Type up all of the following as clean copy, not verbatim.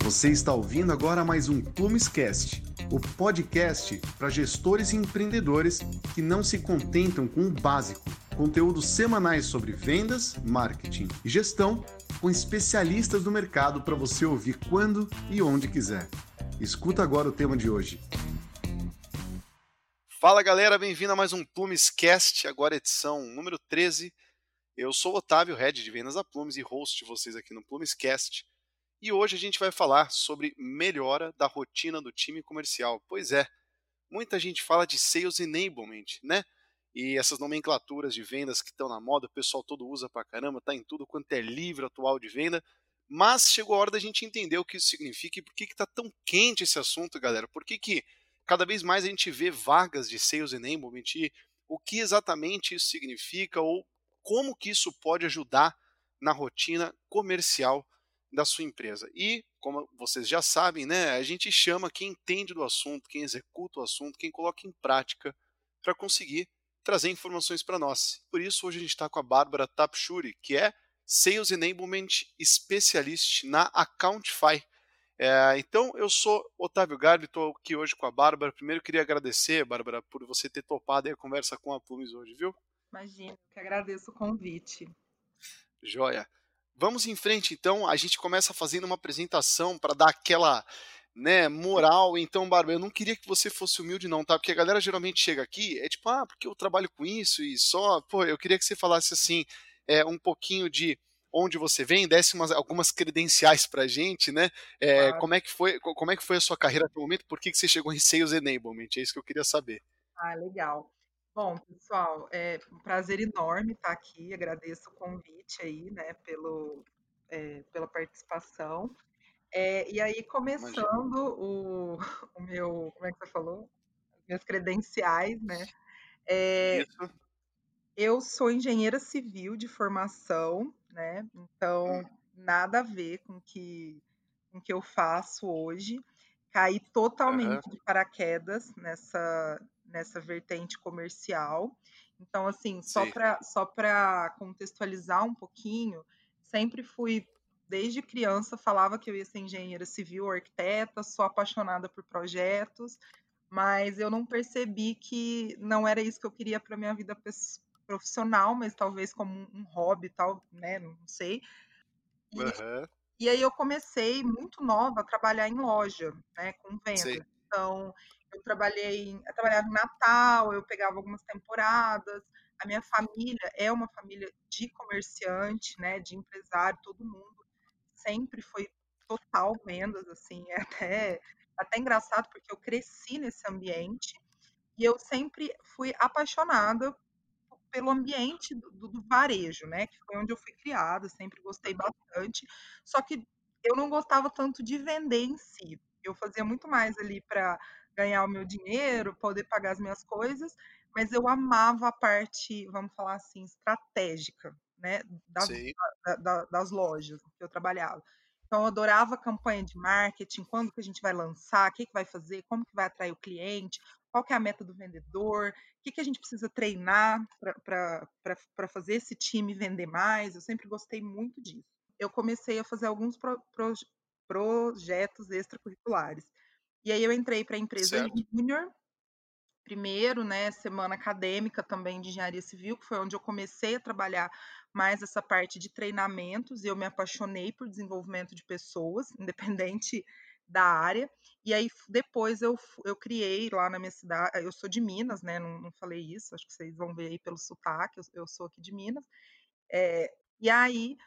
Você está ouvindo agora mais um Plumescast, o podcast para gestores e empreendedores que não se contentam com o básico. Conteúdos semanais sobre vendas, marketing e gestão com especialistas do mercado para você ouvir quando e onde quiser. Escuta agora o tema de hoje. Fala galera, bem-vindo a mais um Plumescast, agora edição número 13. Eu sou o Otávio, Head de Vendas da Plumes e host de vocês aqui no Plumescast. E hoje a gente vai falar sobre melhora da rotina do time comercial. Pois é, muita gente fala de Sales Enablement, né? E essas nomenclaturas de vendas que estão na moda, o pessoal todo usa pra caramba, tá em tudo quanto é livro atual de venda. Mas chegou a hora da gente entender o que isso significa e por que tá tão quente esse assunto, galera. Por que cada vez mais a gente vê vagas de Sales Enablement e o que exatamente isso significa ou como que isso pode ajudar na rotina comercial da sua empresa. E, como vocês já sabem, né, a gente chama quem entende do assunto, quem executa o assunto, quem coloca em prática para conseguir trazer informações para nós. Por isso, hoje a gente está com a Bárbara Tapshuri, que é Sales Enablement Specialist na Accountify. Então, eu sou Otávio Garbi, estou aqui hoje com a Bárbara. Primeiro, queria agradecer, Bárbara, por você ter topado a conversa com a Plumes hoje, viu? Imagina, que agradeço o convite. Joia. Vamos em frente, então. A gente começa fazendo uma apresentação para dar aquela, né, moral. Então, Bárbara, eu não queria que você fosse humilde, não, tá? Porque a galera geralmente chega aqui, é tipo, porque eu trabalho com isso e só. Pô, eu queria que você falasse assim, um pouquinho de onde você vem, desse algumas credenciais pra gente, né? Claro. Como é que foi a sua carreira até o momento? Por que você chegou em Sales Enablement? É isso que eu queria saber. Legal. Bom, pessoal, é um prazer enorme estar aqui. Agradeço o convite aí, né, pela participação. E aí, Imagina. começando o meu, como é que você falou? As minhas credenciais, né? É, Isso. eu sou engenheira civil de formação, né? Então, nada a ver com o que eu faço hoje. Caí Aham. totalmente de paraquedas nessa vertente comercial. Então, assim, Sei. só para contextualizar um pouquinho, sempre fui, desde criança, falava que eu ia ser engenheira civil ou arquiteta, sou apaixonada por projetos, mas eu não percebi que não era isso que eu queria para minha vida profissional, mas talvez como um hobby, tal, né? Não sei. E Aham. e aí eu comecei muito nova a trabalhar em loja, né, com Sei. vendas. Então, eu trabalhava em Natal, eu pegava algumas temporadas. A minha família é uma família de comerciante, né, de empresário, todo mundo sempre foi total vendas, assim, é até engraçado porque eu cresci nesse ambiente e eu sempre fui apaixonada pelo ambiente do varejo, né, que foi onde eu fui criada, sempre gostei bastante, só que eu não gostava tanto de vender em si. Eu fazia muito mais ali para ganhar o meu dinheiro, poder pagar as minhas coisas, mas eu amava a parte, vamos falar assim, estratégica, né, Sei. das lojas que eu trabalhava. Então eu adorava a campanha de marketing, quando que a gente vai lançar, o que vai fazer, como que vai atrair o cliente, qual que é a meta do vendedor, o que a gente precisa treinar para fazer esse time vender mais. Eu sempre gostei muito disso. Eu comecei a fazer alguns projetos extracurriculares. E aí eu entrei para a empresa Certo. Júnior, primeiro, né, semana acadêmica também de engenharia civil, que foi onde eu comecei a trabalhar mais essa parte de treinamentos, e eu me apaixonei por desenvolvimento de pessoas, independente da área. E aí depois eu criei lá na minha cidade, eu sou de Minas, né, não falei isso, acho que vocês vão ver aí pelo sotaque, eu sou aqui de Minas. E aí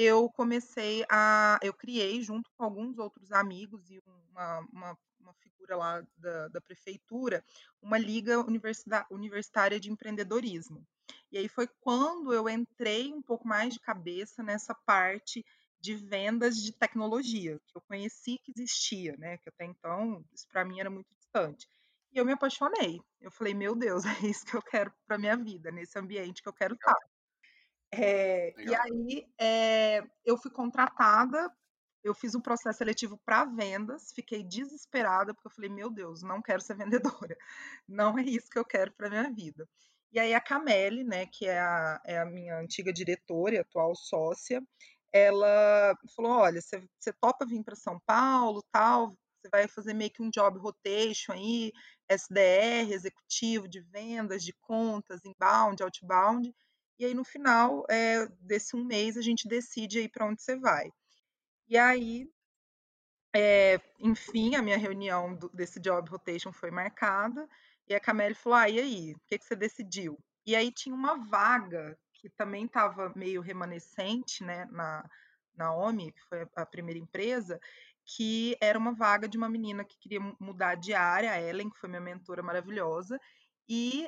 eu criei junto com alguns outros amigos e uma figura lá da prefeitura, uma liga universitária de empreendedorismo. E aí foi quando eu entrei um pouco mais de cabeça nessa parte de vendas de tecnologia, que eu conheci que existia, né? Que até então isso para mim era muito distante. E eu me apaixonei. Eu falei, meu Deus, é isso que eu quero para minha vida, nesse ambiente que eu quero Legal. estar. E Legal. aí, eu fui contratada, eu fiz um processo seletivo para vendas, fiquei desesperada, porque eu falei: "Meu Deus, não quero ser vendedora, não é isso que eu quero para minha vida". E aí a Cameli, né, que é a minha antiga diretora e atual sócia, ela falou: olha, você topa vir para São Paulo, tal, você vai fazer meio que um job rotation aí, SDR, executivo de vendas, de contas, inbound, outbound, e aí no final desse um mês a gente decide aí para onde você vai. E aí, enfim, a minha reunião desse job rotation foi marcada, e a Camille falou: e aí, o que você decidiu? E aí tinha uma vaga que também estava meio remanescente, né, na OMI, que foi a primeira empresa, que era uma vaga de uma menina que queria mudar de área, a Ellen, que foi minha mentora maravilhosa, e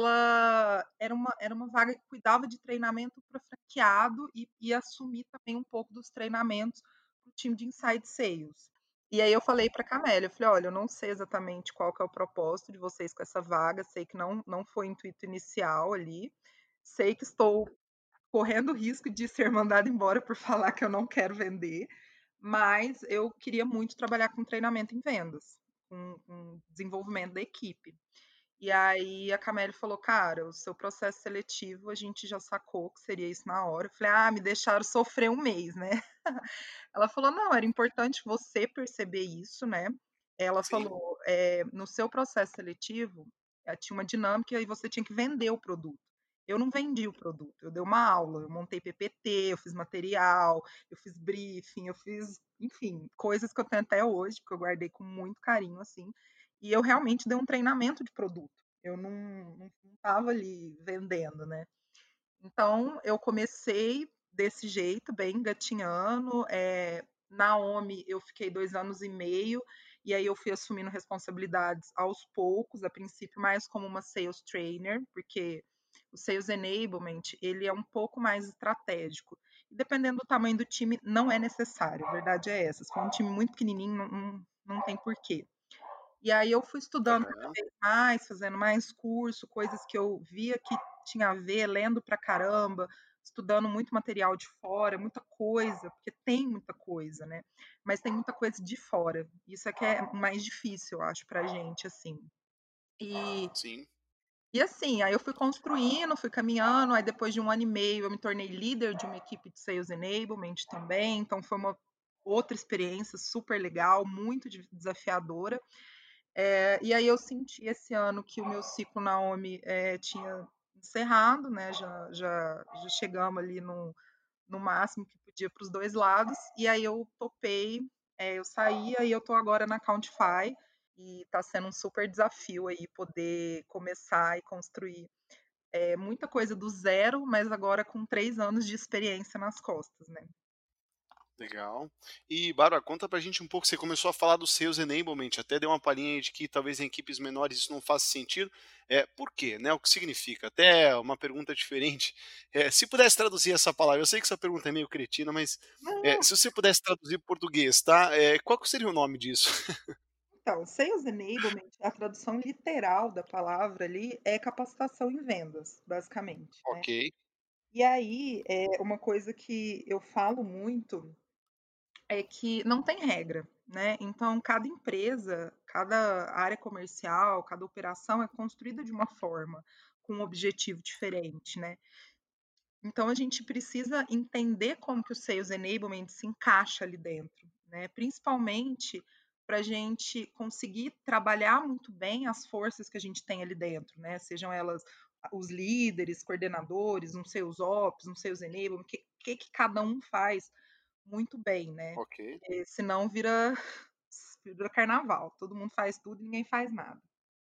ela era uma vaga que cuidava de treinamento para franqueado e assumir também um pouco dos treinamentos para o time de Inside Sales. E aí eu falei para a Camélia, eu falei, olha, eu não sei exatamente qual que é o propósito de vocês com essa vaga, sei que não foi o intuito inicial ali, sei que estou correndo risco de ser mandada embora por falar que eu não quero vender, mas eu queria muito trabalhar com treinamento em vendas, com desenvolvimento da equipe. E aí a Camélia falou, cara, o seu processo seletivo a gente já sacou que seria isso na hora. Eu falei, me deixaram sofrer um mês, né? Ela falou, não, era importante você perceber isso, né? Ela Sim. falou, no seu processo seletivo, tinha uma dinâmica e você tinha que vender o produto. Eu não vendi o produto, eu dei uma aula, eu montei PPT, eu fiz material, eu fiz briefing, eu fiz, enfim, coisas que eu tenho até hoje, que eu guardei com muito carinho, assim, e eu realmente dei um treinamento de produto. Eu não estava ali vendendo, né? Então, eu comecei desse jeito, bem engatinhando. Na OMI, eu fiquei 2 anos e meio, e aí eu fui assumindo responsabilidades aos poucos, a princípio mais como uma sales trainer, porque o sales enablement, ele é um pouco mais estratégico. E dependendo do tamanho do time, não é necessário, a verdade é essa. Se for um time muito pequenininho, não tem porquê. E aí eu fui estudando cada Aham. vez mais, fazendo mais curso, coisas que eu via que tinha a ver, lendo pra caramba, estudando muito material de fora, muita coisa, porque tem muita coisa, né? Mas tem muita coisa de fora. Isso é que é mais difícil, eu acho, pra gente, assim. E, Sim. e assim, aí eu fui construindo, fui caminhando, aí depois de 1 ano e meio eu me tornei líder de uma equipe de Sales Enablement também, então foi uma outra experiência super legal, muito desafiadora. E aí eu senti esse ano que o meu ciclo na OMI tinha encerrado, né? Já chegamos ali no máximo que podia para os dois lados. E aí eu topei, eu saí, e eu estou agora na Countify e está sendo um super desafio aí poder começar e construir muita coisa do zero, mas agora com 3 anos de experiência nas costas, né? Legal. E, Bárbara, conta pra gente um pouco, você começou a falar do Sales Enablement, até deu uma palhinha aí de que talvez em equipes menores isso não faça sentido. Por quê, né? O que significa? Até uma pergunta diferente. Se pudesse traduzir essa palavra, eu sei que essa pergunta é meio cretina, mas Não, se você pudesse traduzir para português, tá? Qual que seria o nome disso? então, Sales Enablement, a tradução literal da palavra ali é capacitação em vendas, basicamente, né? Ok, E aí, uma coisa que eu falo muito é que não tem regra, né? Então, cada empresa, cada área comercial, cada operação é construída de uma forma, com um objetivo diferente, né? Então, a gente precisa entender como que o Sales Enablement se encaixa ali dentro, né? Principalmente para a gente conseguir trabalhar muito bem as forças que a gente tem ali dentro, né? Sejam elas os líderes, coordenadores, um Sales Ops, um Sales Enablement, o que cada um faz muito bem, né? ok, Porque senão vira carnaval, todo mundo faz tudo e ninguém faz nada.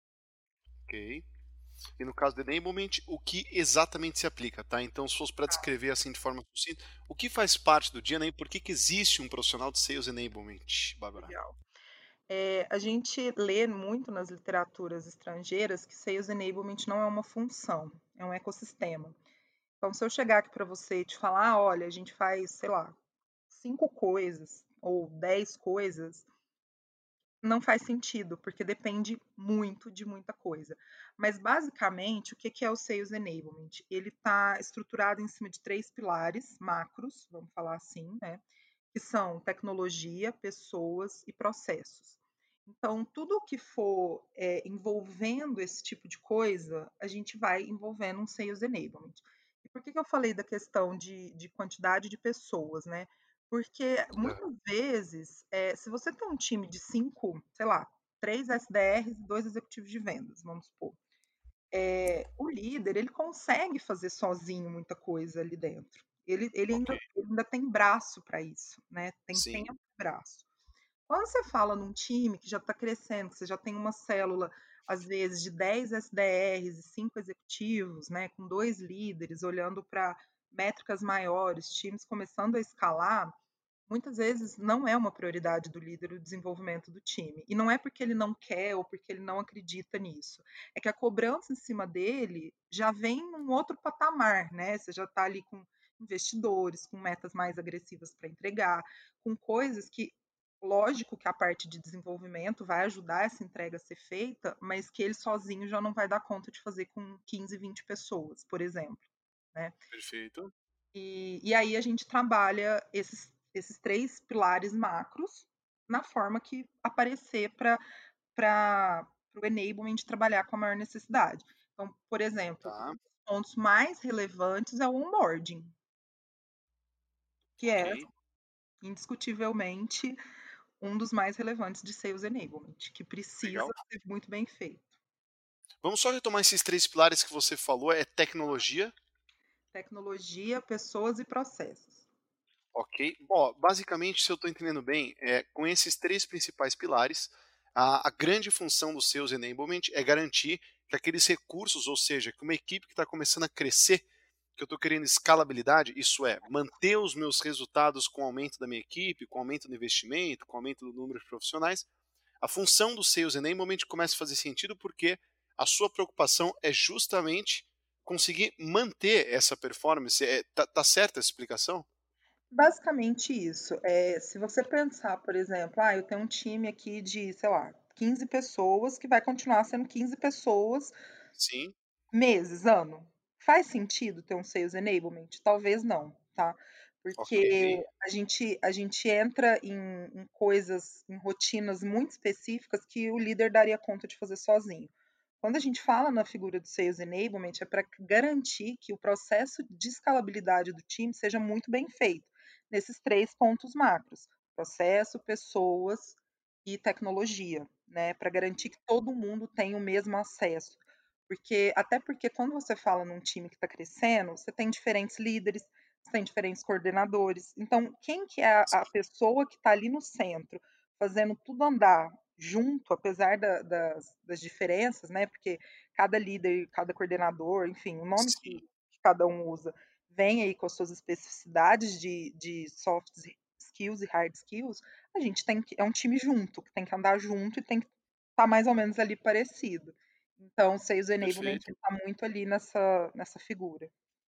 ok. E no caso do enablement, o que exatamente se aplica, tá? Então, se fosse para descrever assim de forma sucinta, o que faz parte do dia, né? E por que que existe um profissional de Sales Enablement, Bárbara? Legal. A gente lê muito nas literaturas estrangeiras que Sales Enablement não é uma função, é um ecossistema. Então, se eu chegar aqui para você e te falar, olha, a gente faz, sei lá, 5 coisas ou 10 coisas, não faz sentido, porque depende muito de muita coisa. Mas, basicamente, o que é o Sales Enablement? Ele está estruturado em cima de 3 pilares macros, vamos falar assim, né? Que são tecnologia, pessoas e processos. Então, tudo que for envolvendo esse tipo de coisa, a gente vai envolvendo um Sales Enablement. por que eu falei da questão de quantidade de pessoas, né? Porque Aham. muitas vezes, se você tem um time de 5, sei lá, 3 SDRs e 2 executivos de vendas, vamos supor. O líder, ele consegue fazer sozinho muita coisa ali dentro. Ele Ok. ainda tem braço para isso, né? Tem Sim. tempo e braço. Quando você fala num time que já está crescendo, que você já tem uma célula, às vezes, de 10 SDRs e 5 executivos, né, com 2 líderes, olhando para métricas maiores, times começando a escalar, muitas vezes não é uma prioridade do líder o desenvolvimento do time. E não é porque ele não quer ou porque ele não acredita nisso. É que a cobrança em cima dele já vem num outro patamar, né? Você já está ali com investidores, com metas mais agressivas para entregar, com coisas que, lógico que a parte de desenvolvimento vai ajudar essa entrega a ser feita, mas que ele sozinho já não vai dar conta de fazer com 15, 20 pessoas, por exemplo, né? Perfeito. E aí a gente trabalha esses 3 pilares macros na forma que aparecer para o enablement trabalhar com a maior necessidade. Então, por exemplo, Tá. um dos pontos mais relevantes é o onboarding, que Ok. é indiscutivelmente um dos mais relevantes de sales enablement, que precisa Legal. ser muito bem feito. Vamos só retomar esses 3 pilares que você falou, é tecnologia, Tecnologia, pessoas e processos. ok. Bom, basicamente, se eu estou entendendo bem, com esses 3 principais pilares, a grande função do Sales Enablement é garantir que aqueles recursos, ou seja, que uma equipe que está começando a crescer, que eu estou querendo escalabilidade, isso é, manter os meus resultados com o aumento da minha equipe, com o aumento do investimento, com o aumento do número de profissionais, a função do Sales Enablement começa a fazer sentido porque a sua preocupação é justamente conseguir manter essa performance. Tá certa essa explicação? Basicamente isso. Se você pensar, por exemplo, eu tenho um time aqui de, sei lá, 15 pessoas, que vai continuar sendo 15 pessoas Sim, meses, ano. Faz sentido ter um sales enablement? Talvez não, tá? ok, Porque a gente entra em coisas, em rotinas muito específicas que o líder daria conta de fazer sozinho. Quando a gente fala na figura do Sales Enablement, é para garantir que o processo de escalabilidade do time seja muito bem feito, nesses 3 pontos macros: processo, pessoas e tecnologia, né? Para garantir que todo mundo tenha o mesmo acesso. Até porque quando você fala num time que está crescendo, você tem diferentes líderes, você tem diferentes coordenadores. Então, quem que é a sim, pessoa que está ali no centro, fazendo tudo andar junto, apesar das diferenças, né? Porque cada líder, cada coordenador, enfim, o nome sim, que cada um usa, vem aí com as suas especificidades de soft skills e hard skills. A gente é um time junto, que tem que andar junto e tem que estar mais ou menos ali parecido. Então, o Sales Enablement perfeito. está muito ali nessa figura.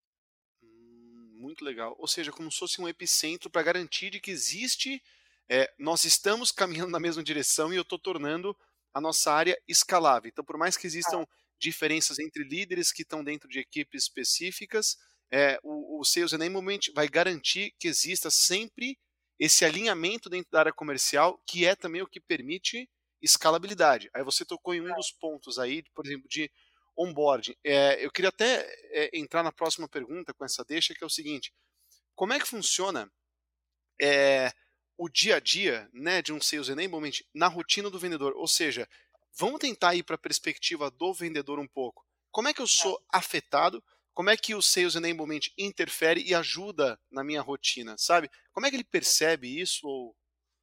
Muito legal. Ou seja, como se fosse um epicentro para garantir de que existe, nós estamos caminhando na mesma direção e eu estou tornando a nossa área escalável. Então, por mais que Ah, existam diferenças entre líderes que estão dentro de equipes específicas, o Sales Enablement vai garantir que exista sempre esse alinhamento dentro da área comercial, que é também o que permite escalabilidade. Aí você tocou em um dos pontos aí, por exemplo, de onboarding. Eu queria até entrar na próxima pergunta com essa deixa, que é o seguinte: como é que funciona é, o dia a dia, né, de um sales enablement na rotina do vendedor? Ou seja, vamos tentar ir para a perspectiva do vendedor um pouco. Como é que eu sou afetado? Como é que o sales enablement interfere e ajuda na minha rotina, sabe? Como é que ele percebe isso? Ou...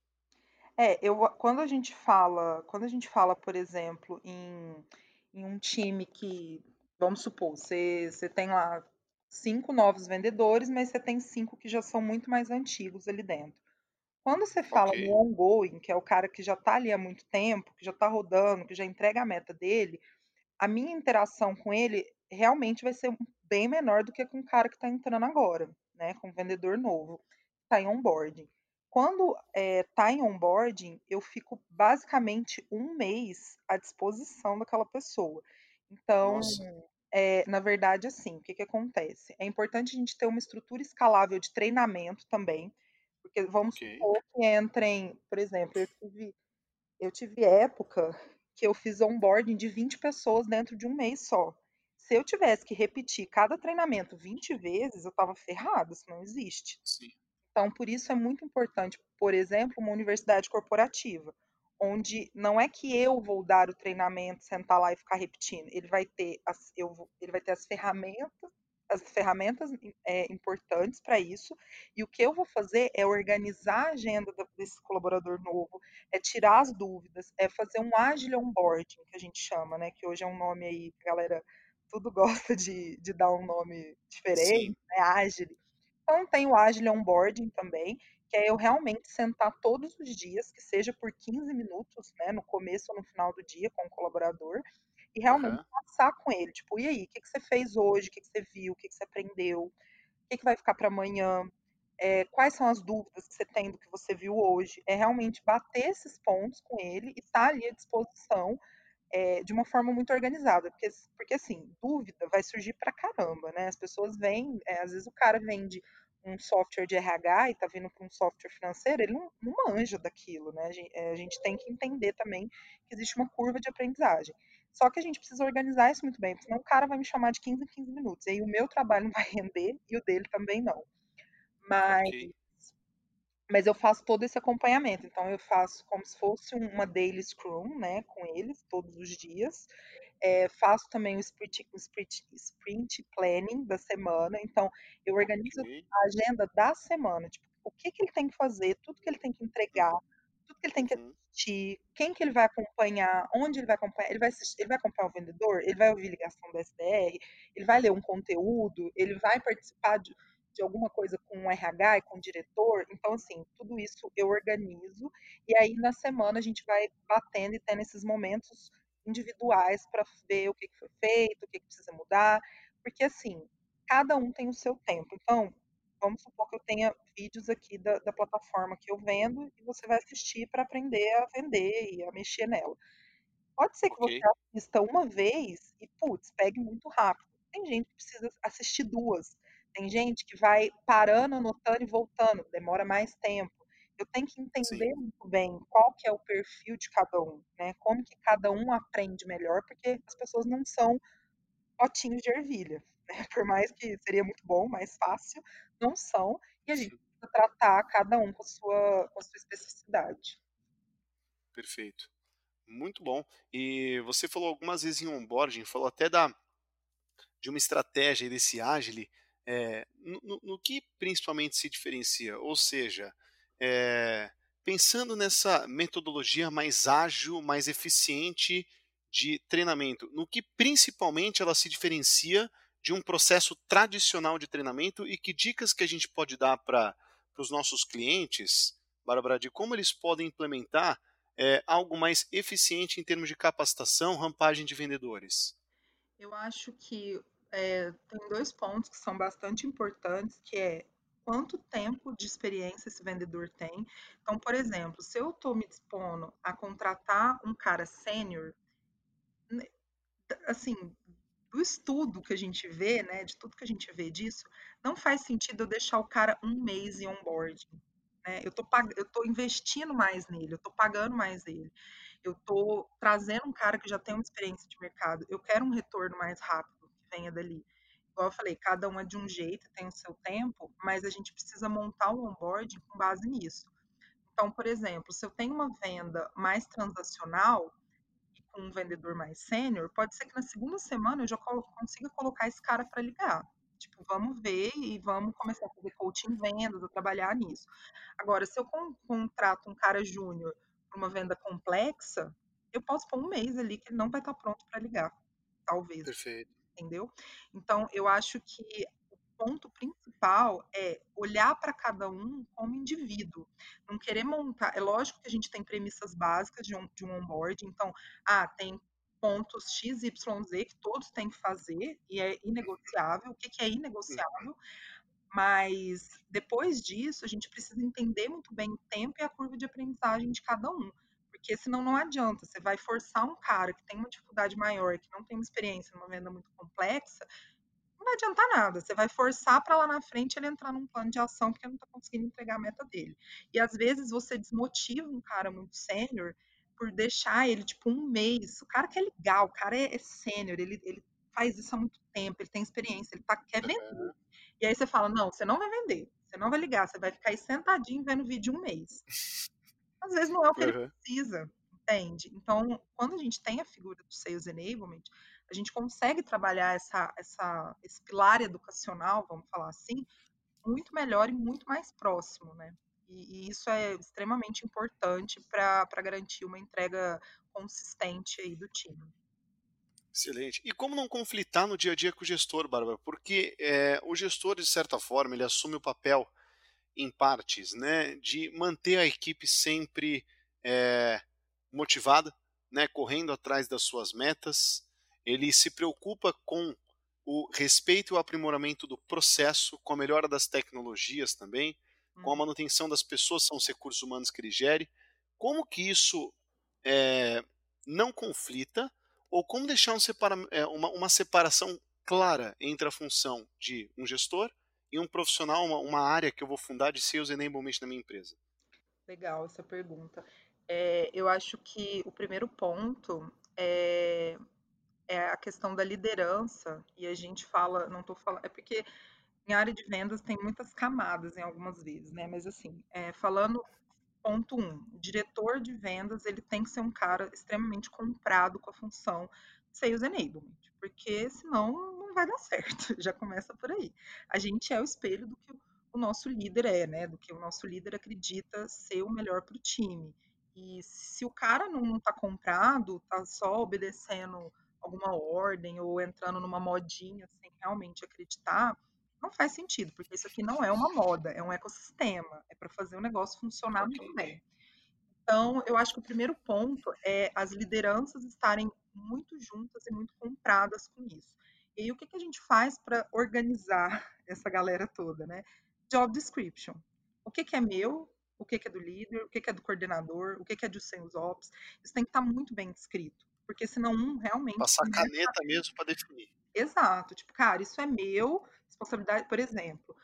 quando a gente fala, por exemplo, em um time que, vamos supor, você tem lá 5 novos vendedores, mas você tem 5 que já são muito mais antigos ali dentro. Quando você Ok, fala no ongoing, que é o cara que já está ali há muito tempo, que já está rodando, que já entrega a meta dele, a minha interação com ele realmente vai ser bem menor do que com o cara que está entrando agora, né? Com o vendedor novo, está em onboarding. Quando está em onboarding, eu fico basicamente um mês à disposição daquela pessoa. Então, nossa, na verdade, assim, o que que acontece? É importante a gente ter uma estrutura escalável de treinamento também, porque vamos ok, supor que entrem, por exemplo, eu tive época que eu fiz onboarding de 20 pessoas dentro de um mês só. Se eu tivesse que repetir cada treinamento 20 vezes, eu estava ferrada, isso não existe. Sim. Então, por isso é muito importante, por exemplo, uma universidade corporativa, onde não é que eu vou dar o treinamento, sentar lá e ficar repetindo. Ele vai ter as ferramentas importantes para isso. E o que eu vou fazer é organizar a agenda desse colaborador novo, é tirar as dúvidas, é fazer um agile onboarding, que a gente chama, né? Que hoje é um nome aí que a galera tudo gosta de dar um nome diferente, Sim. né? Agile. Então, tem o Agile Onboarding também, que é eu realmente sentar todos os dias, que seja por 15 minutos, né, no começo ou no final do dia com o colaborador, e realmente Aham. passar com ele, tipo, e aí, o que que você fez hoje, o que que você viu, o que que você aprendeu, o que que vai ficar para amanhã, quais são as dúvidas que você tem do que você viu hoje, é realmente bater esses pontos com ele e estar ali à disposição de uma forma muito organizada, porque assim, dúvida vai surgir pra caramba, né? As pessoas vêm, às vezes o cara vende um software de RH e tá vindo para um software financeiro, ele não manja daquilo, né? A gente tem que entender também que existe uma curva de aprendizagem. Só que a gente precisa organizar isso muito bem, porque senão o cara vai me chamar de 15 em 15 minutos, e aí o meu trabalho não vai render e o dele também não. Mas, Ok. mas eu faço todo esse acompanhamento, então eu faço como se fosse uma daily scrum, né, com eles todos os dias. Faço também o sprint planning da semana, então eu organizo Ok. a agenda da semana, tipo, o que que ele tem que fazer, tudo que ele tem que entregar, tudo que ele tem que Uhum. assistir, quem que ele vai acompanhar, onde ele vai acompanhar, ele vai acompanhar o vendedor, ele vai ouvir ligação do SDR, ele vai ler um conteúdo, ele vai participar de alguma coisa com o RH e com o diretor, então assim, tudo isso eu organizo, e aí na semana a gente vai batendo e tendo esses momentos individuais para ver o que que foi feito, o que que precisa mudar, porque assim, cada um tem o seu tempo. Então, vamos supor que eu tenha vídeos aqui da plataforma que eu vendo e você vai assistir para aprender a vender e a mexer nela. Pode ser que Ok. você assista uma vez e, putz, pegue muito rápido. Tem gente que precisa assistir duas. Tem gente que vai parando, anotando e voltando, demora mais tempo. Eu tenho que Sim. entender muito bem qual que é o perfil de cada um, né? Como que cada um aprende melhor, porque as pessoas não são potinhos de ervilha, né? Por mais que seria muito bom, mais fácil, não são. E a gente precisa tratar cada um com a sua especificidade. Perfeito. Muito bom. E você falou algumas vezes em onboarding, falou até de uma estratégia desse Agile, no que principalmente se diferencia? Ou seja, eh, pensando nessa metodologia mais ágil, mais eficiente de treinamento, no que principalmente ela se diferencia de um processo tradicional de treinamento e que dicas que a gente pode dar para os nossos clientes, Bárbara, de como eles podem implementar algo mais eficiente em termos de capacitação, rampagem de vendedores? Eu acho que tem dois pontos que são bastante importantes, que é quanto tempo de experiência esse vendedor tem. Então, por exemplo, se eu estou me dispondo a contratar um cara sênior, né, assim, do estudo que a gente vê, né, de tudo que a gente vê disso, não faz sentido eu deixar o cara um mês em onboarding, né? Eu tô investindo mais nele, eu tô pagando mais ele. Eu tô trazendo um cara que já tem uma experiência de mercado. Eu quero um retorno mais rápido que venha dali. Igual eu falei, cada um é de um jeito, tem o seu tempo, mas a gente precisa montar o onboarding com base nisso. Então, por exemplo, se eu tenho uma venda mais transacional, com um vendedor mais sênior, pode ser que na segunda semana eu já consiga colocar esse cara para ligar. Tipo, vamos ver e vamos começar a fazer coaching em vendas, a trabalhar nisso. Agora, se eu contrato um cara júnior para uma venda complexa, eu posso pôr um mês ali que ele não vai estar pronto para ligar, talvez, Perfeito. entendeu? Então, eu acho que o ponto principal é olhar para cada um como indivíduo, não querer montar. É lógico que a gente tem premissas básicas de um onboarding, então, tem pontos X, Y, Z que todos têm que fazer e é inegociável. O que que é Hum. inegociável? Mas depois disso, a gente precisa entender muito bem o tempo e a curva de aprendizagem de cada um. Porque senão não adianta. Você vai forçar um cara que tem uma dificuldade maior, que não tem uma experiência numa venda muito complexa, não vai adiantar nada. Você vai forçar para lá na frente ele entrar num plano de ação porque não está conseguindo entregar a meta dele. E às vezes você desmotiva um cara muito sênior por deixar ele tipo um mês. O cara quer ligar, o cara é sênior, ele faz isso há muito tempo, ele tem experiência, quer Aham, vender. E aí você fala, não, você não vai vender, você não vai ligar, você vai ficar aí sentadinho vendo vídeo um mês. Às vezes não é o que ele aham. precisa, entende? Então, quando a gente tem a figura do Sales Enablement, a gente consegue trabalhar esse pilar educacional, vamos falar assim, muito melhor e muito mais próximo, né? E isso é extremamente importante para garantir uma entrega consistente aí do time. Excelente. E como não conflitar no dia a dia com o gestor, Bárbara? Porque o gestor, de certa forma, ele assume o papel, em partes, né, de manter a equipe sempre eh, motivada, né, correndo atrás das suas metas. Ele se preocupa com o respeito e o aprimoramento do processo, com a melhora das tecnologias também, com a Uhum. manutenção das pessoas, são os recursos humanos que ele gere. Como que isso eh, não conflita, ou como deixar uma separação clara entre a função de um gestor e um profissional, uma área que eu vou fundar de Sales Enablement na minha empresa? Legal essa pergunta. Eu acho que o primeiro ponto é a questão da liderança, e a gente fala, não estou falando, é porque em área de vendas tem muitas camadas em algumas vezes, né? Mas assim, falando ponto um, o diretor de vendas ele tem que ser um cara extremamente comprado com a função Sales Enablement, porque senão não vai dar certo. Já começa por aí. A gente é o espelho do que o nosso líder é, né? Do que o nosso líder acredita ser o melhor para o time. E se o cara não está comprado, está só obedecendo alguma ordem ou entrando numa modinha sem realmente acreditar, não faz sentido, porque isso aqui não é uma moda, é um ecossistema, é para fazer o negócio funcionar Ok. muito bem. Então, eu acho que o primeiro ponto é as lideranças estarem muito juntas e muito compradas com isso. E aí, o que que a gente faz para organizar essa galera toda, né? Job description. O que que é meu? O que que é do líder? O que que é do coordenador? O que que é do sales ops? Isso tem que estar muito bem descrito, porque senão um realmente Passar começa. caneta mesmo para definir. Exato, tipo, cara, isso é meu, responsabilidade, por exemplo,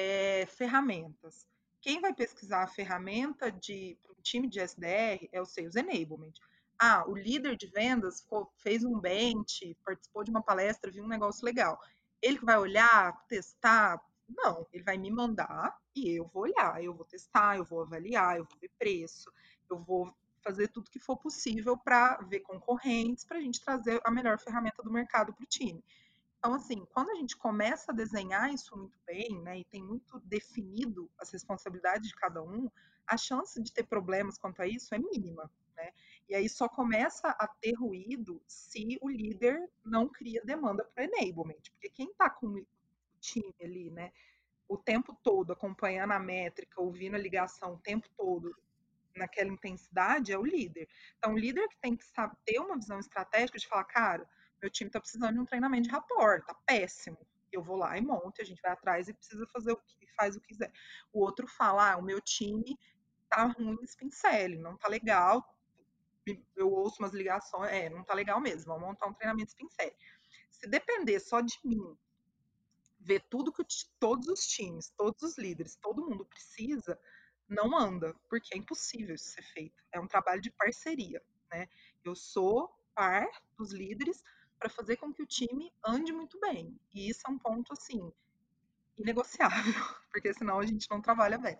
ferramentas. Quem vai pesquisar a ferramenta para o time de SDR é o Sales Enablement. Ah, o líder de vendas fez um bench, participou de uma palestra, viu um negócio legal. Ele que vai olhar, testar? Não, ele vai me mandar e eu vou olhar, eu vou testar, eu vou avaliar, eu vou ver preço, eu vou fazer tudo que for possível para ver concorrentes, para a gente trazer a melhor ferramenta do mercado para o time. Então, assim, quando a gente começa a desenhar isso muito bem, né, e tem muito definido as responsabilidades de cada um, a chance de ter problemas quanto a isso é mínima, né? E aí só começa a ter ruído se o líder não cria demanda para enablement, porque quem está com o time ali, né, o tempo todo acompanhando a métrica, ouvindo a ligação o tempo todo naquela intensidade é o líder. Então, o líder que tem que saber, ter uma visão estratégica de falar, cara, meu time está precisando de um treinamento de rapport, tá péssimo. Eu vou lá e monto, a gente vai atrás e precisa fazer o que faz o que quiser. O outro fala, o meu time tá ruim nesse pincel, não tá legal. Eu ouço umas ligações, não tá legal mesmo, vamos montar um treinamento de pincel. Se depender só de mim, ver tudo que todos os times, todos os líderes, todo mundo precisa, não anda, porque é impossível isso ser feito. É um trabalho de parceria, né? Eu sou par dos líderes para fazer com que o time ande muito bem. E isso é um ponto assim inegociável, porque senão a gente não trabalha bem.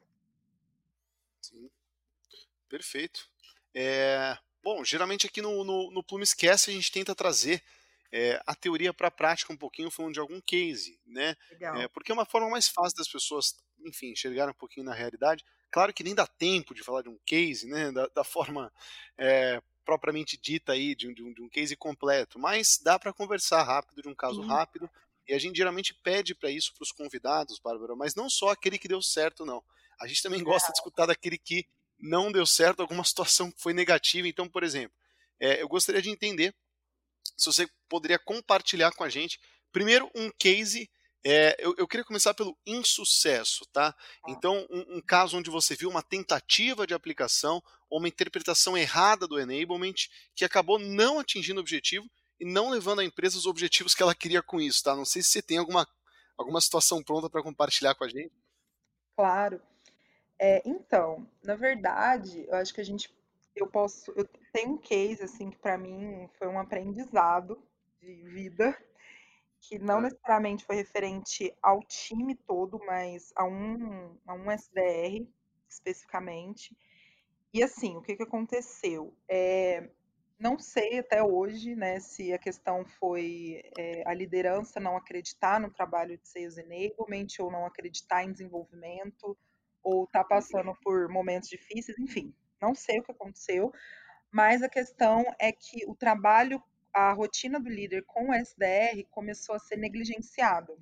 Sim, perfeito. Bom, geralmente aqui no Plumescast a gente tenta trazer a teoria para a prática um pouquinho, falando de algum case, né? Legal. Porque é uma forma mais fácil das pessoas, enfim, enxergarem um pouquinho na realidade. Claro que nem dá tempo de falar de um case, né? Da forma propriamente dita aí, de um case completo, mas dá para conversar rápido, de um caso Sim, rápido. E a gente geralmente pede para isso para os convidados, Bárbara, mas não só aquele que deu certo, não. A gente também gosta de escutar daquele que não deu certo, alguma situação que foi negativa. Então, por exemplo, eu gostaria de entender se você poderia compartilhar com a gente, primeiro, um case. Eu queria começar pelo insucesso, tá? tá. Então, um caso onde você viu uma tentativa de aplicação ou uma interpretação errada do enablement que acabou não atingindo o objetivo e não levando a empresa os objetivos que ela queria com isso, tá? Não sei se você tem alguma situação pronta para compartilhar com a gente. Claro. Então, na verdade, eu acho que eu tenho um case assim que para mim foi um aprendizado de vida que não necessariamente foi referente ao time todo, mas a um SDR especificamente. E assim, o que que aconteceu? Não sei até hoje, né, se a questão foi a liderança não acreditar no trabalho de Sales Enablement ou não acreditar em desenvolvimento ou tá passando por momentos difíceis, enfim, não sei o que aconteceu, mas a questão é que o trabalho, a rotina do líder com o SDR começou a ser negligenciada.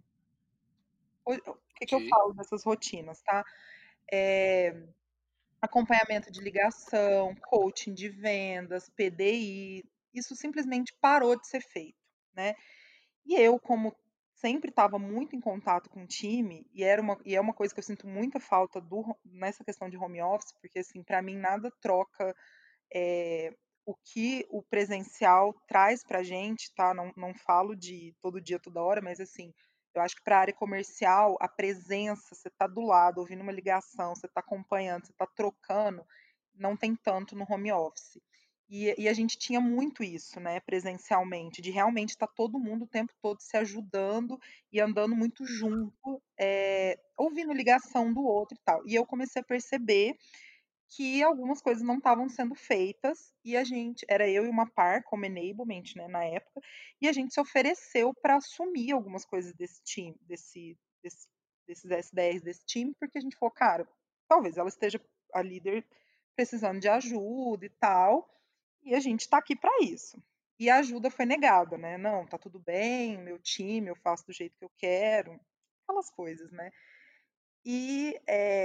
O que que eu Ok. falo dessas rotinas, tá? É, acompanhamento de ligação, coaching de vendas, PDI, isso simplesmente parou de ser feito, né? E eu, como sempre estava muito em contato com o time, e é uma coisa que eu sinto muita falta nessa questão de home office, porque assim, para mim nada troca o que o presencial traz para a gente, tá? Não falo de todo dia, toda hora, mas assim, eu acho que para a área comercial, a presença, você tá do lado, ouvindo uma ligação, você tá acompanhando, você tá trocando, não tem tanto no home office. E a gente tinha muito isso, né, presencialmente, de realmente estar todo mundo o tempo todo se ajudando e andando muito junto, ouvindo ligação um do outro e tal. E eu comecei a perceber que algumas coisas não estavam sendo feitas e a gente era eu e uma par como enablement, né, na época, e a gente se ofereceu para assumir algumas coisas desse time, desses SDRs desse time, porque a gente falou, cara, talvez ela esteja a líder precisando de ajuda e tal, e a gente está aqui para isso. E a ajuda foi negada, né? Não, tá tudo bem, meu time, eu faço do jeito que eu quero, aquelas coisas, né? E,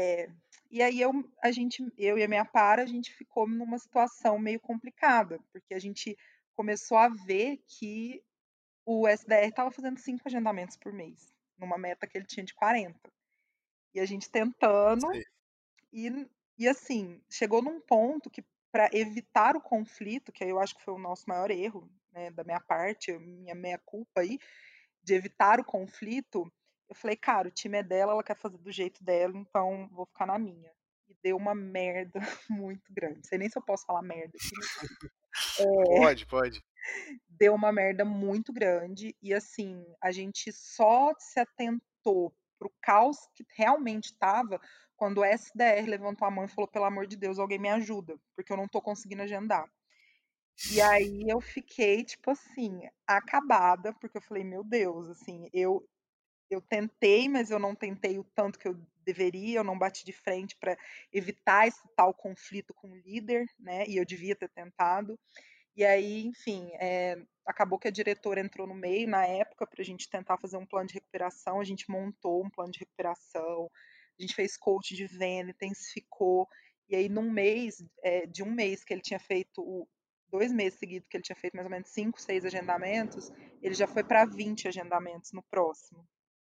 e aí eu e a minha para, a gente ficou numa situação meio complicada, porque a gente começou a ver que o SDR estava fazendo 5 agendamentos por mês, numa meta que ele tinha de 40. E a gente tentando, Sei. e, e assim, chegou num ponto que, para evitar o conflito, que aí eu acho que foi o nosso maior erro, né, da minha parte, minha meia-culpa aí, de evitar o conflito, eu falei, cara, o time é dela, ela quer fazer do jeito dela, então vou ficar na minha. E deu uma merda muito grande. Não sei nem se eu posso falar merda aqui, mas Pode, pode. deu uma merda muito grande. E assim, a gente só se atentou pro caos que realmente estava quando o SDR levantou a mão e falou: pelo amor de Deus, alguém me ajuda, porque eu não tô conseguindo agendar. E aí eu fiquei, tipo assim, acabada, porque eu falei, meu Deus, assim, eu tentei, mas eu não tentei o tanto que eu deveria, eu não bati de frente para evitar esse tal conflito com o líder, né? E eu devia ter tentado. E aí, enfim, acabou que a diretora entrou no meio na época para a gente tentar fazer um plano de recuperação. A gente montou um plano de recuperação, a gente fez coach de venda, intensificou. E aí, num mês, de um mês que ele tinha feito, 2 meses seguidos que ele tinha feito mais ou menos 5, 6 agendamentos, ele já foi para 20 agendamentos no próximo.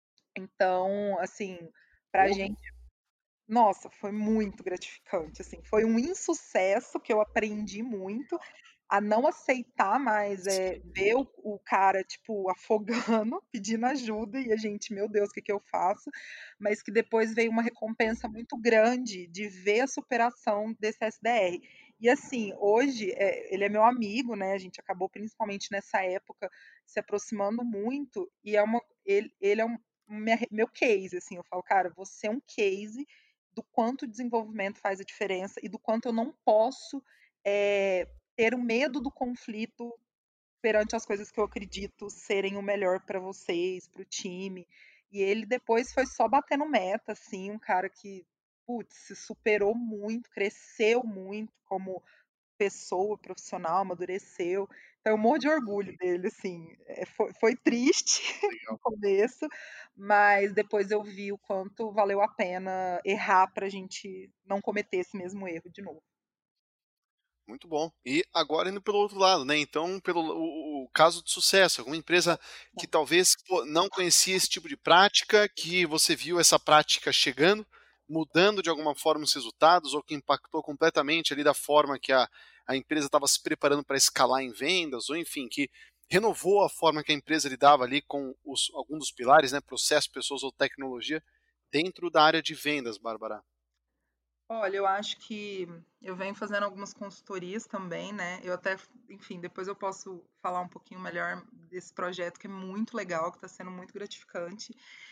Então, assim, pra Porra, gente, nossa, foi muito gratificante, assim, foi um insucesso que eu aprendi muito a não aceitar mais, sim. ver o cara, tipo, afogando, pedindo ajuda e a gente: "Meu Deus, o que que eu faço?", mas que depois veio uma recompensa muito grande de ver a superação desse SDR. E assim, hoje, ele é meu amigo, né, a gente acabou principalmente nessa época se aproximando muito e ele é meu case, assim, eu falo: "Cara, você é um case do quanto o desenvolvimento faz a diferença e do quanto eu não posso, eh, ter o medo do conflito perante as coisas que eu acredito serem o melhor para vocês, para o time". E ele depois foi só batendo meta, assim, um cara que, putz, se superou muito, cresceu muito como pessoa, profissional, amadureceu. Então eu morro de orgulho dele, assim. Foi triste no Legal. começo, mas depois eu vi o quanto valeu a pena errar para a gente não cometer esse mesmo erro de novo. Muito bom. E agora indo pelo outro lado, né? Então, pelo o caso de sucesso, alguma empresa que talvez pô, não conhecia esse tipo de prática, que você viu essa prática chegando, mudando de alguma forma os resultados, ou que impactou completamente ali da forma que a empresa estava se preparando para escalar em vendas, ou enfim, que renovou a forma que a empresa lidava ali com alguns dos pilares, né? Processo, pessoas ou tecnologia, dentro da área de vendas, Bárbara. Olha, eu acho que eu venho fazendo algumas consultorias também, né? Eu até, enfim, depois eu posso falar um pouquinho melhor desse projeto que é muito legal, que está sendo muito gratificante.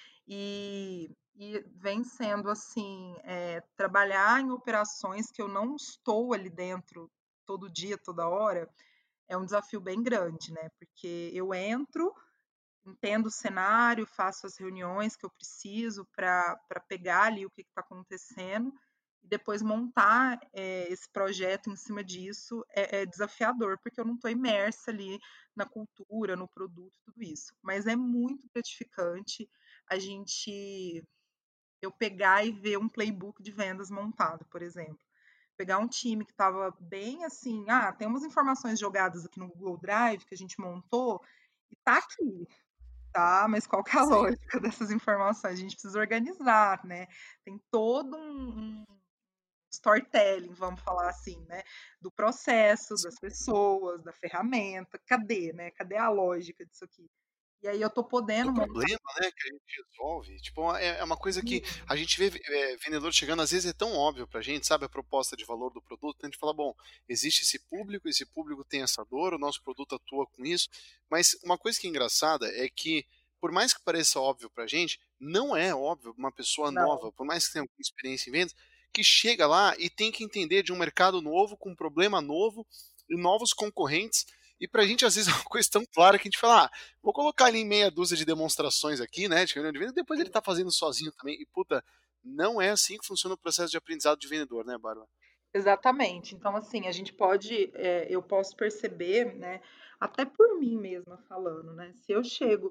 E vem sendo assim, trabalhar em operações que eu não estou ali dentro todo dia, toda hora, é um desafio bem grande, né? Porque eu entro, entendo o cenário, faço as reuniões que eu preciso para pegar ali o que está acontecendo e depois montar esse projeto em cima disso é desafiador, porque eu não estou imersa ali na cultura, no produto, tudo isso. Mas é muito gratificante a gente eu pegar e ver um playbook de vendas montado, por exemplo. Pegar um time que estava bem assim, tem umas informações jogadas aqui no Google Drive que a gente montou e tá aqui, tá? Mas qual que é a Sim, lógica dessas informações? A gente precisa organizar, né? Tem todo um storytelling, vamos falar assim, né? Do processo, das sim. pessoas, da ferramenta. Cadê, né? Cadê a lógica disso aqui? E aí eu tô Do podendo montar. problema, né, que a gente resolve, tipo, é uma coisa que a gente vê, vendedor chegando, às vezes é tão óbvio pra gente, sabe, a proposta de valor do produto, a gente fala: "Bom, existe esse público tem essa dor, o nosso produto atua com isso", mas uma coisa que é engraçada é que, por mais que pareça óbvio pra gente, não é óbvio pra uma pessoa Não, nova, por mais que tenha alguma experiência em vendas, que chega lá e tem que entender de um mercado novo, com um problema novo e novos concorrentes, e pra gente às vezes é uma coisa tão clara que a gente fala: vou colocar ele em meia dúzia de demonstrações aqui, né, de reunião de venda, e depois ele tá fazendo sozinho também. E puta, não é assim que funciona o processo de aprendizado de vendedor, né, Bárbara? exatamente. Então, assim, a gente pode, eu posso perceber, né, até por mim mesma falando, né, se eu chego,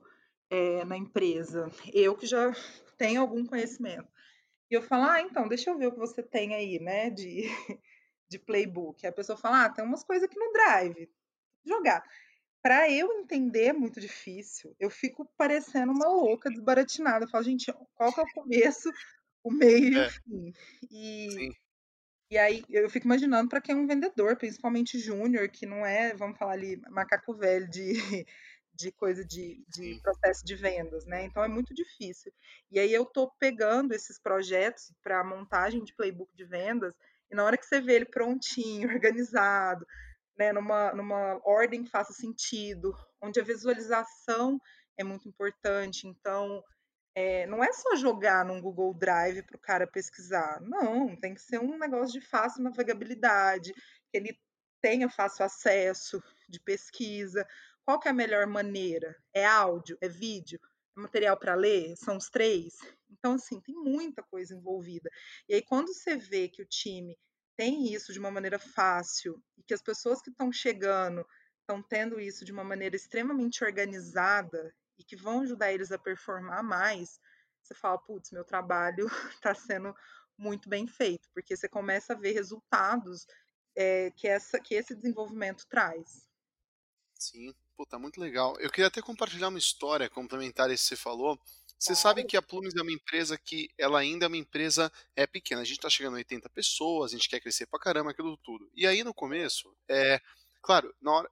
na empresa, eu que já tenho algum conhecimento, e eu falo: então, deixa eu ver o que você tem aí, né, de de playbook. Aí a pessoa fala: tem umas coisas aqui no Drive, jogar. Para eu entender é muito difícil, eu fico parecendo uma louca desbaratinada, eu falo: "Gente, qual que é o começo, o meio e o É, fim?". E sim, e aí eu fico imaginando para quem é um vendedor, principalmente júnior, que não é, vamos falar ali, macaco velho de, de coisa de sim, processo de vendas, né? Então é muito difícil. E aí eu tô pegando esses projetos para montagem de playbook de vendas, e na hora que você vê ele prontinho, organizado, né, numa ordem que faça sentido, onde a visualização é muito importante. Então, não é só jogar num Google Drive para o cara pesquisar. Não, tem que ser um negócio de fácil navegabilidade, que ele tenha fácil acesso de pesquisa. Qual que é a melhor maneira? É áudio? É vídeo? É material para ler? São os três? Então, assim, tem muita coisa envolvida. E aí, quando você vê que o time tem isso de uma maneira fácil e que as pessoas que estão chegando estão tendo isso de uma maneira extremamente organizada e que vão ajudar eles a performar mais, você fala, putz, meu trabalho está sendo muito bem feito, porque você começa a ver resultados que esse desenvolvimento traz. sim. Puta, muito legal. Eu queria até compartilhar uma história complementar a isso que você falou. Você sabe Claro, que a Plumes é uma empresa que ela ainda é uma empresa pequena. A gente está chegando a 80 pessoas, a gente quer crescer pra caramba, aquilo tudo. E aí no começo, claro, na hora,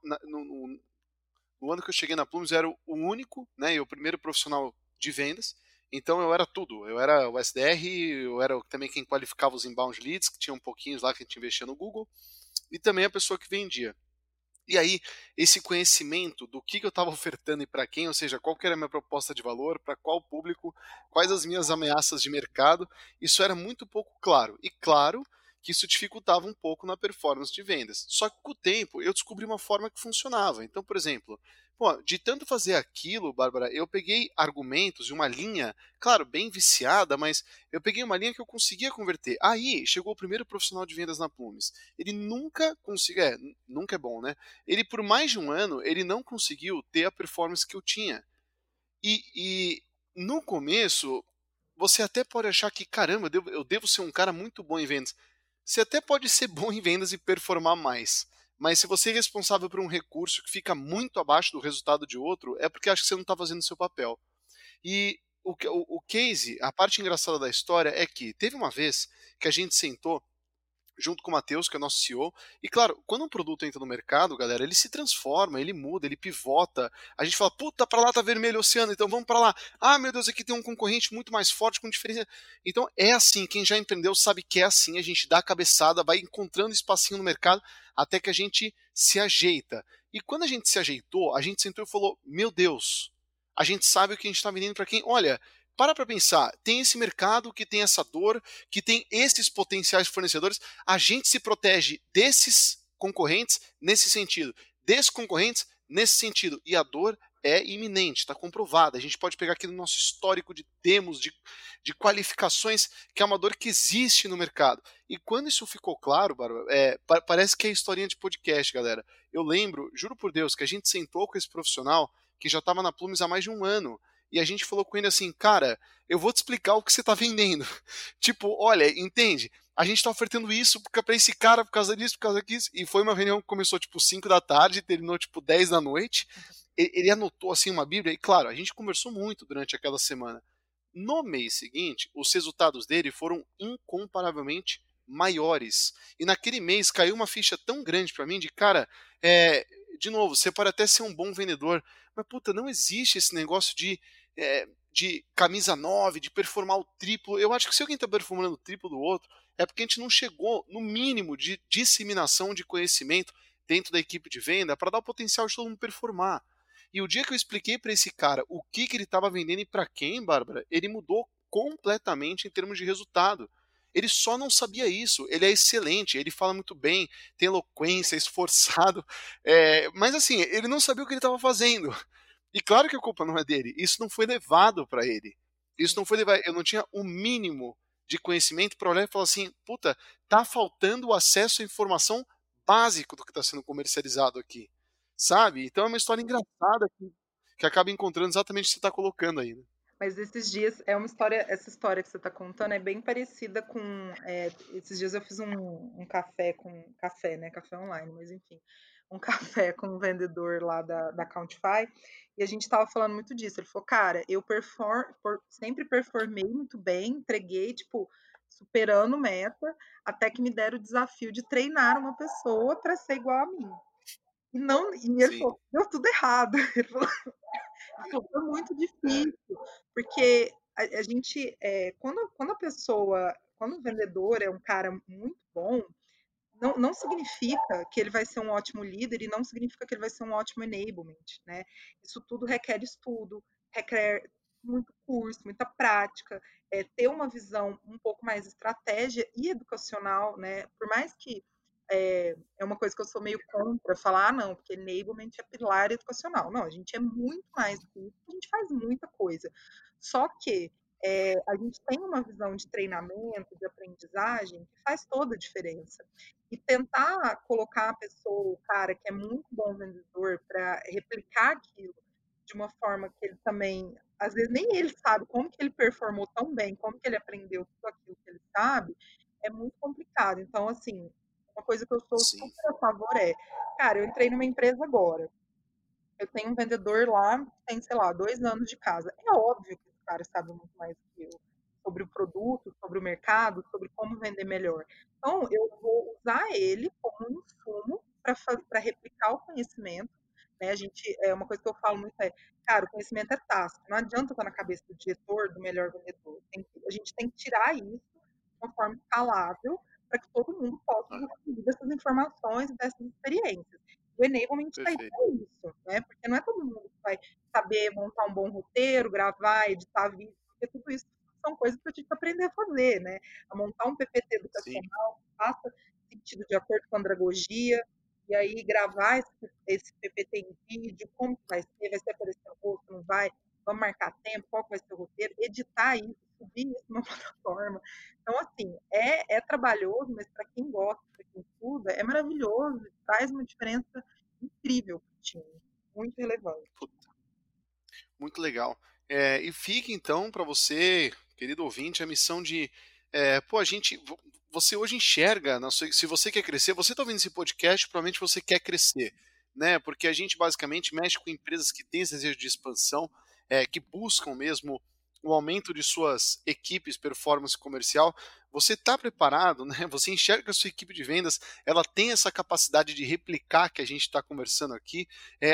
no ano que eu cheguei na Plumes, eu era o único, né, e o primeiro profissional de vendas. Então eu era tudo. Eu era o SDR, eu era também quem qualificava os inbound leads, que tinha um pouquinho lá que a gente investia no Google, e também a pessoa que vendia. E aí, esse conhecimento do que eu estava ofertando e para quem, ou seja, qual que era a minha proposta de valor, para qual público, quais as minhas ameaças de mercado, isso era muito pouco claro. E claro que isso dificultava um pouco na performance de vendas. Só que com o tempo eu descobri uma forma que funcionava. Então, por exemplo, pô, de tanto fazer aquilo, Bárbara, eu peguei argumentos de uma linha, claro, bem viciada, mas eu peguei uma linha que eu conseguia converter. Aí chegou o primeiro profissional de vendas na Plumes. Ele nunca conseguiu, nunca é bom, né? Ele por mais de um ano ele não conseguiu ter a performance que eu tinha. E no começo você até pode achar que caramba, eu devo ser um cara muito bom em vendas. Você até pode ser bom em vendas e performar mais. Mas se você é responsável por um recurso que fica muito abaixo do resultado de outro, é porque acho que você não está fazendo o seu papel. E o case, a parte engraçada da história é que teve uma vez que a gente sentou junto com o Matheus, que é o nosso CEO. E claro, quando um produto entra no mercado, galera, ele se transforma, ele muda, ele pivota. A gente fala, puta, pra lá tá vermelho o oceano, então vamos pra lá. Ah, meu Deus, aqui tem um concorrente muito mais forte, com diferença. Então é assim, quem já empreendeu sabe que é assim, a gente dá a cabeçada, vai encontrando espacinho no mercado, até que a gente se ajeita. E quando a gente se ajeitou, a gente sentou e falou, meu Deus, a gente sabe o que a gente tá vendendo pra quem? Olha, para pensar, tem esse mercado que tem essa dor, que tem esses potenciais fornecedores, a gente se protege desses concorrentes nesse sentido, desses concorrentes nesse sentido, e a dor é iminente, está comprovada. A gente pode pegar aqui no nosso histórico de demos, de qualificações, que é uma dor que existe no mercado. E quando isso ficou claro, Bárbara, parece que é historinha de podcast, galera. Eu lembro, juro por Deus, que a gente sentou com esse profissional que já estava na Plumes há mais de um ano, e a gente falou com ele assim, cara, eu vou te explicar o que você está vendendo. Tipo, olha, entende? A gente está ofertando isso para esse cara por causa disso, por causa disso. E foi uma reunião que começou tipo 5 da tarde, terminou tipo 10 da noite. Ele anotou assim uma bíblia e, claro, a gente conversou muito durante aquela semana. No mês seguinte, os resultados dele foram incomparavelmente maiores. E naquele mês caiu uma ficha tão grande para mim de, cara, de novo, você pode até ser um bom vendedor, mas puta, não existe esse negócio de camisa 9, de performar o triplo. Eu acho que se alguém está performando o triplo do outro, é porque a gente não chegou no mínimo de disseminação de conhecimento dentro da equipe de venda para dar o potencial de todo mundo performar. E o dia que eu expliquei para esse cara o que ele estava vendendo e para quem, Bárbara, ele mudou completamente em termos de resultado. Ele só não sabia isso. Ele é excelente, ele fala muito bem, tem eloquência, é esforçado, mas assim, ele não sabia o que ele estava fazendo. E claro que a culpa não é dele. Isso não foi levado para ele. Isso não foi levado. Eu não tinha o mínimo de conhecimento para olhar e falar assim, puta, tá faltando o acesso à informação básico do que está sendo comercializado aqui, sabe? Então é uma história engraçada que acaba encontrando exatamente o que você está colocando aí. Né? Mas esses dias é uma história, essa história que você está contando é bem parecida com. Esses dias eu fiz um café né? Café online, mas enfim, um café com um vendedor lá da Countify, e a gente estava falando muito disso. Ele falou, cara, eu sempre performei muito bem, entreguei, tipo, superando meta, até que me deram o desafio de treinar uma pessoa para ser igual a mim. E ele Sim. falou, deu tudo errado. Ele falou, foi muito difícil, porque a gente, quando a pessoa, quando o vendedor é um cara muito bom, não significa que ele vai ser um ótimo líder e não significa que ele vai ser um ótimo enablement, né? Isso tudo requer estudo, requer muito curso, muita prática, ter uma visão um pouco mais estratégia e educacional, né? Por mais que é uma coisa que eu sou meio contra, falar, não, porque enablement é pilar educacional. Não, a gente é muito mais do que isso, a gente faz muita coisa. Só que a gente tem uma visão de treinamento, de aprendizagem, que faz toda a diferença. E tentar colocar a pessoa, o cara que é muito bom vendedor, para replicar aquilo de uma forma que ele também, às vezes nem ele sabe como que ele performou tão bem, como que ele aprendeu tudo aquilo que ele sabe, é muito complicado. Então, assim, uma coisa que eu sou Sim. super a favor cara, eu entrei numa empresa agora, eu tenho um vendedor lá que tem, sei lá, 2 anos de casa. É óbvio que esse cara sabe muito mais do que eu sobre o produto, sobre o mercado, sobre como vender melhor. Então, eu vou usar ele como um insumo para replicar o conhecimento. Né? Uma coisa que eu falo muito cara, o conhecimento é tácito. Não adianta estar na cabeça do diretor, do melhor vendedor. A gente tem que tirar isso de uma forma escalável para que todo mundo possa usufruir dessas informações e dessas experiências. O enablement está aí para isso, né? Porque não é todo mundo que vai saber montar um bom roteiro, gravar, editar vídeo, porque tudo isso são coisas que eu tive que aprender a fazer, né? A montar um PPT educacional que faça sentido de acordo com a andragogia, e aí gravar esse PPT em vídeo, como que vai ser aparecer no rosto, não vai, vamos marcar tempo, qual que vai ser o roteiro, editar isso, subir isso numa plataforma. Então, assim, é trabalhoso, mas para quem gosta, para quem estuda, é maravilhoso, traz uma diferença incrível para o time, muito relevante. Muito legal. E fica então para você, querido ouvinte, a missão de, você hoje enxerga, se você quer crescer, você está ouvindo esse podcast, provavelmente você quer crescer, né? Porque a gente basicamente mexe com empresas que têm esse desejo de expansão, que buscam mesmo o aumento de suas equipes, performance comercial, você está preparado, né? Você enxerga que a sua equipe de vendas, ela tem essa capacidade de replicar que a gente está conversando aqui.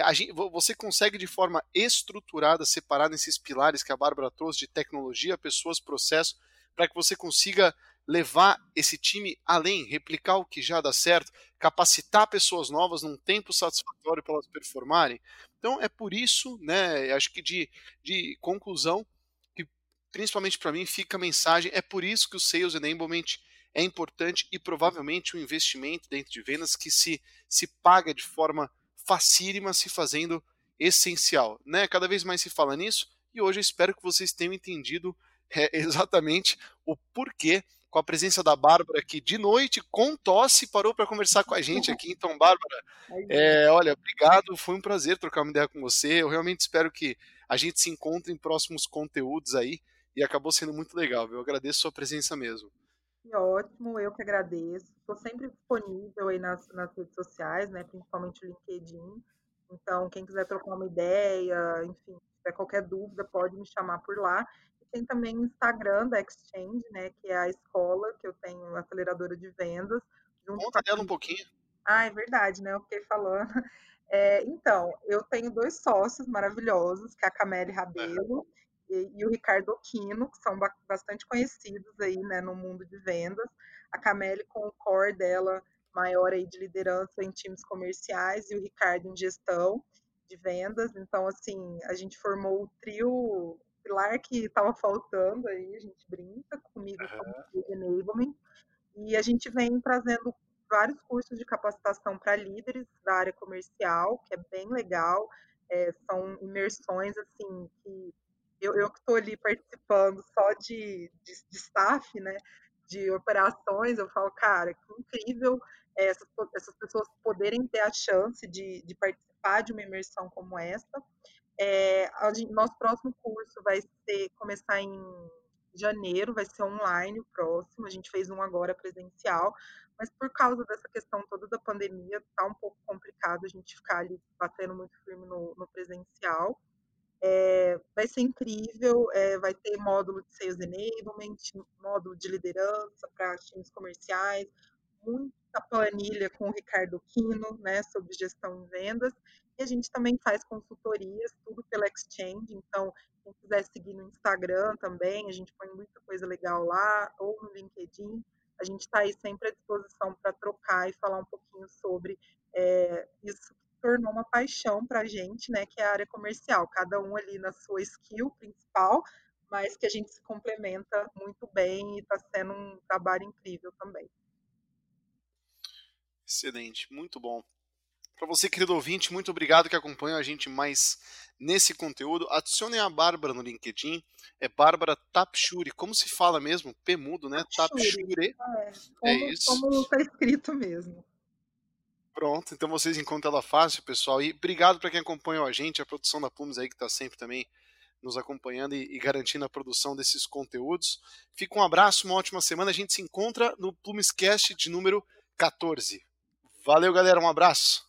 Você consegue de forma estruturada separar nesses pilares que a Bárbara trouxe de tecnologia, pessoas, processo, para que você consiga levar esse time além, replicar o que já dá certo, capacitar pessoas novas num tempo satisfatório para elas performarem. Então é por isso, né, acho que de conclusão, que principalmente para mim fica a mensagem, é por isso que o Sales Enablement é importante e provavelmente um investimento dentro de vendas que se paga de forma facílima, se fazendo essencial. Né? Cada vez mais se fala nisso e hoje eu espero que vocês tenham entendido exatamente o porquê, com a presença da Bárbara aqui de noite, com tosse, parou para conversar com a gente aqui. Então, Bárbara, olha, obrigado, foi um prazer trocar uma ideia com você. Eu realmente espero que a gente se encontre em próximos conteúdos aí, e acabou sendo muito legal, viu? Eu agradeço a sua presença mesmo. Que ótimo, eu que agradeço. Estou sempre disponível aí nas redes sociais, né, principalmente o LinkedIn. Então, quem quiser trocar uma ideia, enfim, se tiver qualquer dúvida, pode me chamar por lá. E tem também o Instagram da Exchange, né, que é a escola que eu tenho, a aceleradora de vendas, junto com Conta dela um pouquinho. Ah, é verdade, né? Eu fiquei falando. Então, eu tenho 2 sócios maravilhosos, que é a Cameli Rabelo e o Ricardo Aquino, que são bastante conhecidos aí, né, no mundo de vendas. A Cameli com o core dela maior aí de liderança em times comerciais e o Ricardo em gestão de vendas. Então, assim, a gente formou o trio, o pilar que estava faltando aí, a gente brinca comigo como enablement. E a gente vem trazendo vários cursos de capacitação para líderes da área comercial, que é bem legal. São imersões, assim, que eu que estou ali participando só de staff, né, de operações, eu falo, cara, que incrível essas pessoas poderem ter a chance de participar de uma imersão como essa. Nosso próximo curso vai começar em janeiro, vai ser online o próximo. A gente fez um agora presencial, mas por causa dessa questão toda da pandemia, tá um pouco complicado a gente ficar ali batendo muito firme no presencial. Vai ser incrível, vai ter módulo de Sales Enablement, módulo de liderança para times comerciais, muita planilha com o Ricardo Quino, né, sobre gestão em vendas, e a gente também faz consultorias, tudo pela Exchange, então quem quiser seguir no Instagram também, a gente põe muita coisa legal lá, ou no LinkedIn, a gente está aí sempre à disposição para trocar e falar um pouquinho sobre isso que tornou uma paixão para a gente, né, que é a área comercial, cada um ali na sua skill principal, mas que a gente se complementa muito bem e está sendo um trabalho incrível também. Excelente, muito bom. Para você, querido ouvinte, muito obrigado que acompanha a gente mais nesse conteúdo. Adicionem a Bárbara no LinkedIn, é Bárbara Tapshuri, como se fala mesmo? P mudo, né? Tapshuri. É isso. Como está escrito mesmo. Pronto, então vocês encontram ela fácil, pessoal. E obrigado para quem acompanhou a gente, a produção da Plumes aí que está sempre também nos acompanhando e garantindo a produção desses conteúdos. Fica um abraço, uma ótima semana. A gente se encontra no Plumescast de número 14. Valeu, galera, um abraço.